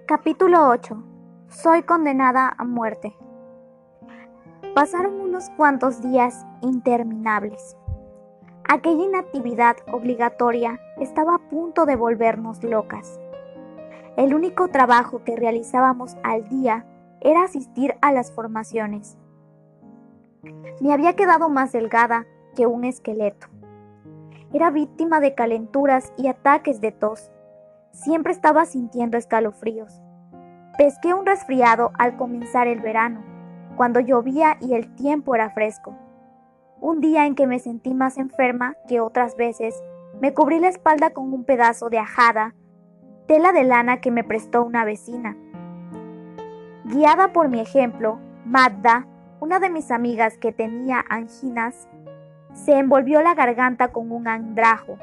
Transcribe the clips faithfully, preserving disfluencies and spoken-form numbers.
Capítulo ocho. Soy condenada a muerte. Pasaron unos cuantos días interminables. Aquella inactividad obligatoria estaba a punto de volvernos locas. El único trabajo que realizábamos al día era asistir a las formaciones. Me había quedado más delgada que un esqueleto. Era víctima de calenturas y ataques de tos. Siempre estaba sintiendo escalofríos. Pesqué un resfriado al comenzar el verano, cuando llovía y el tiempo era fresco. Un día en que me sentí más enferma que otras veces, me cubrí la espalda con un pedazo de ajada, tela de lana que me prestó una vecina. Guiada por mi ejemplo, Magda, una de mis amigas que tenía anginas, se envolvió la garganta con un andrajo.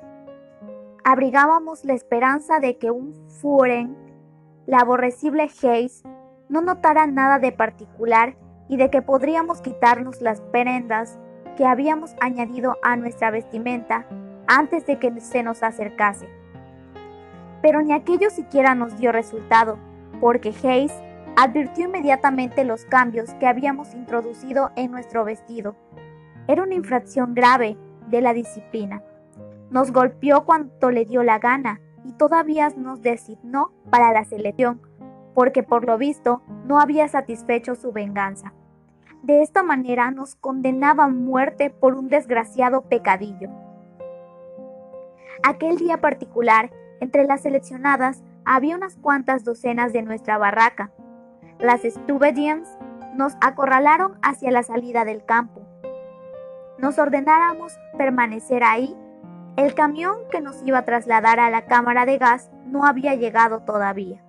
Abrigábamos la esperanza de que un Führer, la aborrecible Hayes, no notara nada de particular y de que podríamos quitarnos las prendas que habíamos añadido a nuestra vestimenta antes de que se nos acercase. Pero ni aquello siquiera nos dio resultado, porque Hayes advirtió inmediatamente los cambios que habíamos introducido en nuestro vestido. Era una infracción grave de la disciplina. Nos golpeó cuanto le dio la gana y todavía nos designó para la selección, porque por lo visto no había satisfecho su venganza. De esta manera nos condenaba a muerte por un desgraciado pecadillo. Aquel día particular, entre las seleccionadas, había unas cuantas docenas de nuestra barraca. Las Stubedians nos acorralaron hacia la salida del campo. Nos ordenáramos permanecer ahí. El camión que nos iba a trasladar a la cámara de gas no había llegado todavía.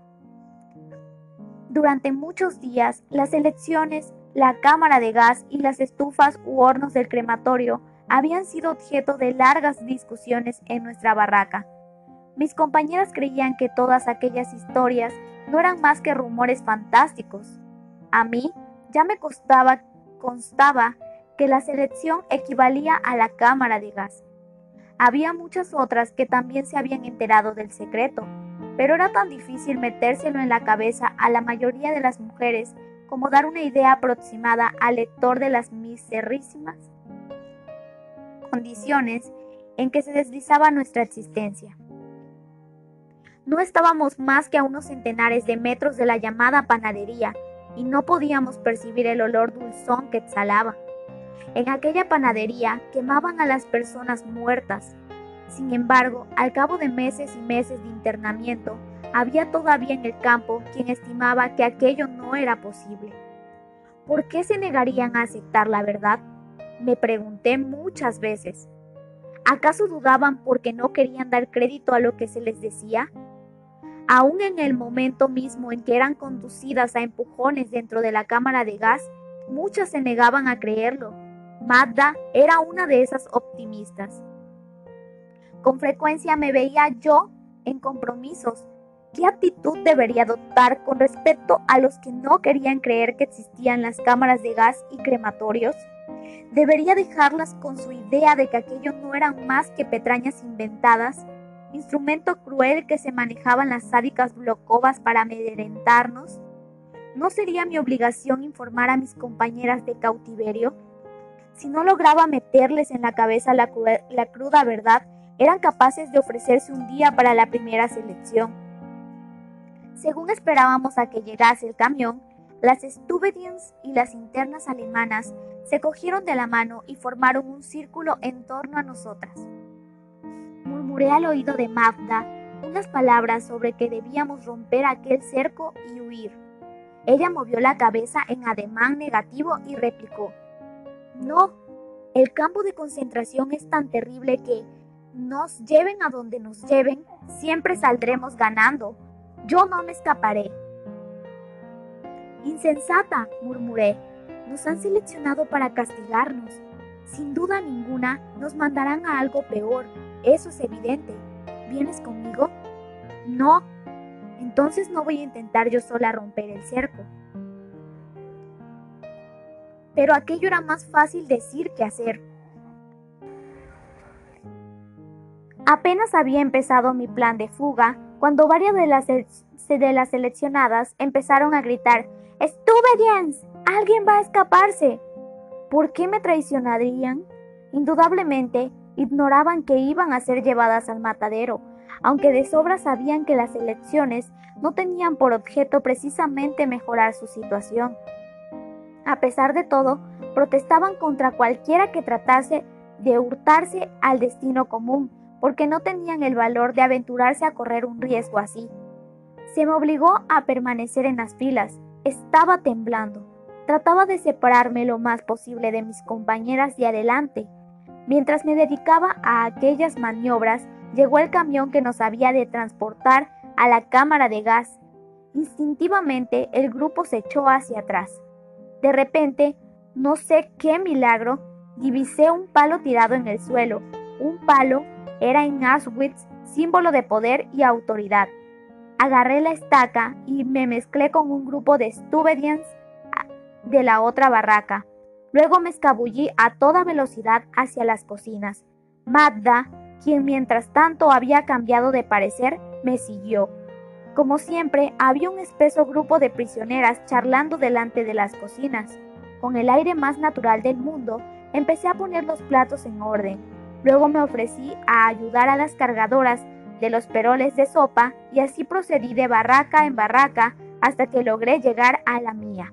Durante muchos días, las elecciones, la cámara de gas y las estufas u hornos del crematorio habían sido objeto de largas discusiones en nuestra barraca. Mis compañeras creían que todas aquellas historias no eran más que rumores fantásticos. A mí ya me constaba, constaba que la selección equivalía a la cámara de gas. Había muchas otras que también se habían enterado del secreto, pero era tan difícil metérselo en la cabeza a la mayoría de las mujeres como dar una idea aproximada al lector de las miserrísimas condiciones en que se deslizaba nuestra existencia. No estábamos más que a unos centenares de metros de la llamada panadería y no podíamos percibir el olor dulzón que exhalaba. En aquella panadería quemaban a las personas muertas. Sin embargo, al cabo de meses y meses de internamiento, había todavía en el campo quien estimaba que aquello no era posible. ¿Por qué se negarían a aceptar la verdad? Me pregunté muchas veces. ¿Acaso dudaban porque no querían dar crédito a lo que se les decía? Aún en el momento mismo en que eran conducidas a empujones dentro de la cámara de gas, muchas se negaban a creerlo. Magda era una de esas optimistas. Con frecuencia me veía yo en compromisos. ¿Qué actitud debería adoptar con respecto a los que no querían creer que existían las cámaras de gas y crematorios? ¿Debería dejarlas con su idea de que aquello no eran más que petrañas inventadas, instrumento cruel que se manejaban las sádicas Blokovas para amedrentarnos? ¿No sería mi obligación informar a mis compañeras de cautiverio? Si no lograba meterles en la cabeza la, cru- la cruda verdad, eran capaces de ofrecerse un día para la primera selección. Según esperábamos a que llegase el camión, las Stubedians y las internas alemanas se cogieron de la mano y formaron un círculo en torno a nosotras. Murmuré al oído de Magda unas palabras sobre que debíamos romper aquel cerco y huir. Ella movió la cabeza en ademán negativo y replicó: «No, el campo de concentración es tan terrible que, nos lleven a donde nos lleven, siempre saldremos ganando. Yo no me escaparé». «Insensata», murmuré, «nos han seleccionado para castigarnos. Sin duda ninguna nos mandarán a algo peor, eso es evidente. ¿Vienes conmigo?» «No». «Entonces no voy a intentar yo sola romper el cerco». Pero aquello era más fácil decir que hacer. Apenas había empezado mi plan de fuga cuando varias de las, de las seleccionadas empezaron a gritar «¡Stubedience! ¡Alguien va a escaparse!». ¿Por qué me traicionarían? Indudablemente, ignoraban que iban a ser llevadas al matadero, aunque de sobra sabían que las elecciones no tenían por objeto precisamente mejorar su situación. A pesar de todo, protestaban contra cualquiera que tratase de hurtarse al destino común, porque no tenían el valor de aventurarse a correr un riesgo así. Se me obligó a permanecer en las filas. Estaba temblando. Trataba de separarme lo más posible de mis compañeras de adelante. Mientras me dedicaba a aquellas maniobras, llegó el camión que nos había de transportar a la cámara de gas. Instintivamente, el grupo se echó hacia atrás. De repente, no sé qué milagro, divisé un palo tirado en el suelo. Un palo era en Auschwitz símbolo de poder y autoridad. Agarré la estaca y me mezclé con un grupo de Stubedians de la otra barraca. Luego me escabullí a toda velocidad hacia las cocinas. Magda, quien mientras tanto había cambiado de parecer, me siguió. Como siempre, había un espeso grupo de prisioneras charlando delante de las cocinas. Con el aire más natural del mundo, empecé a poner los platos en orden. Luego me ofrecí a ayudar a las cargadoras de los peroles de sopa y así procedí de barraca en barraca hasta que logré llegar a la mía.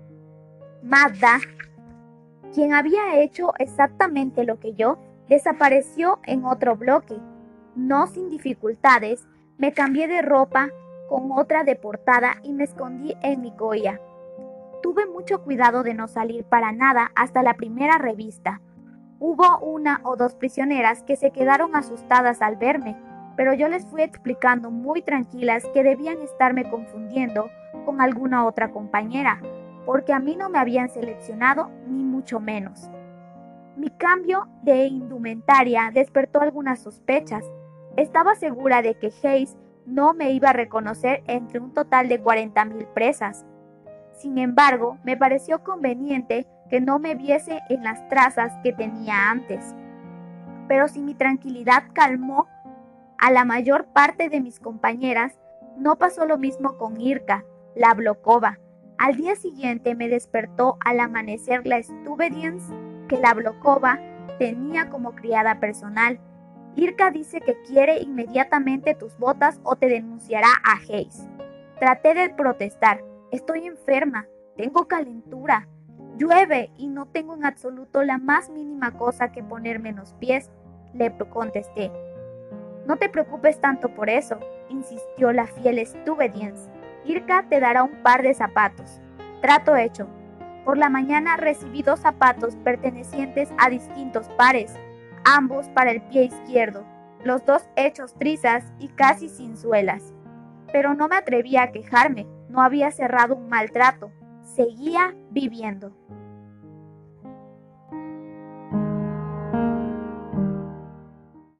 Magda, quien había hecho exactamente lo que yo, desapareció en otro bloque. No sin dificultades, me cambié de ropa con otra deportada y me escondí en mi goya. Tuve mucho cuidado de no salir para nada hasta la primera revista. Hubo una o dos prisioneras que se quedaron asustadas al verme, pero yo les fui explicando muy tranquilas que debían estarme confundiendo con alguna otra compañera, porque a mí no me habían seleccionado ni mucho menos. Mi cambio de indumentaria despertó algunas sospechas. Estaba segura de que Hayes no me iba a reconocer entre un total de cuarenta mil presas. Sin embargo, me pareció conveniente que no me viese en las trazas que tenía antes. Pero si mi tranquilidad calmó a la mayor parte de mis compañeras, no pasó lo mismo con Irka, la Blokova. Al día siguiente me despertó al amanecer la Stubediance que la Blokova tenía como criada personal. Irka dice que quiere inmediatamente tus botas o te denunciará a Hayes. Traté de protestar. Estoy enferma, tengo calentura, llueve y no tengo en absoluto la más mínima cosa que ponerme en los pies, le contesté. No te preocupes tanto por eso, insistió la fiel Stubediance. Irka te dará un par de zapatos. Trato hecho. Por la mañana recibí dos zapatos pertenecientes a distintos pares, ambos para el pie izquierdo, los dos hechos trizas y casi sin suelas. Pero no me atreví a quejarme, no había cerrado un mal trato, seguía viviendo.